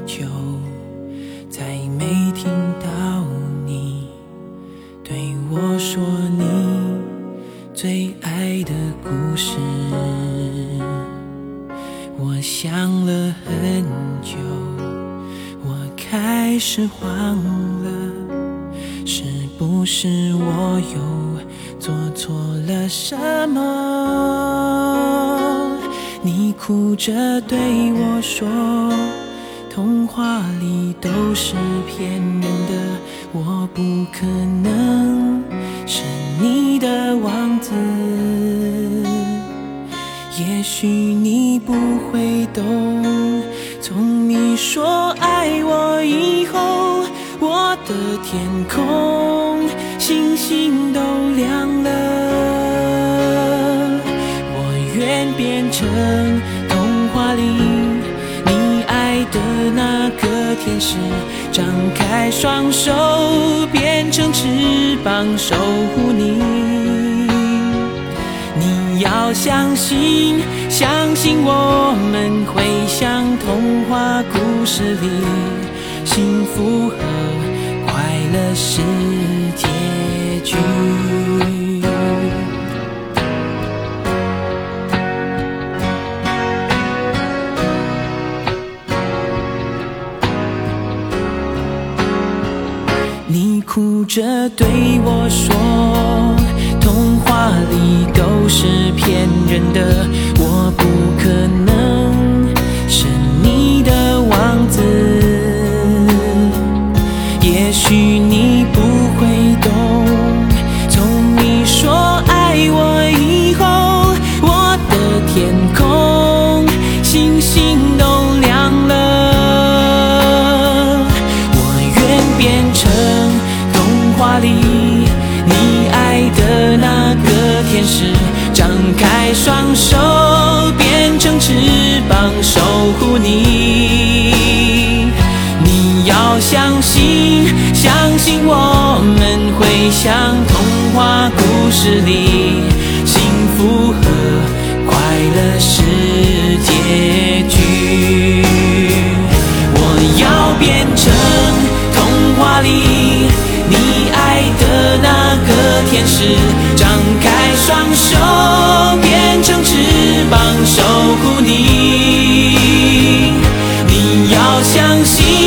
久，再没听到你对我说你最爱的故事。我想了很久，我开始慌了，是不是我又做错了什么？你哭着对我说，童话里都是骗人的，我不可能是你的王子。也许你不会懂，从你说爱我以后，我的天空星星都亮了。我愿变成童话里你爱的那个天使，张开双手变成翅膀守护你。你要相信，相信我们会像童话故事里，幸福和快乐是结局。你哭着对我说，童话里都是骗人的，我不可能是你的王子。也许你不会懂，从你说爱我以后，我的天空星星都亮了。我愿变成童话里你爱的那个天使，张开双手变成翅膀守护你。你要相信，相信我们会像童话故事里，幸福和快乐是结局。我要变成童话里你爱的那个天使，张开双手变成翅膀守护你。你要相信，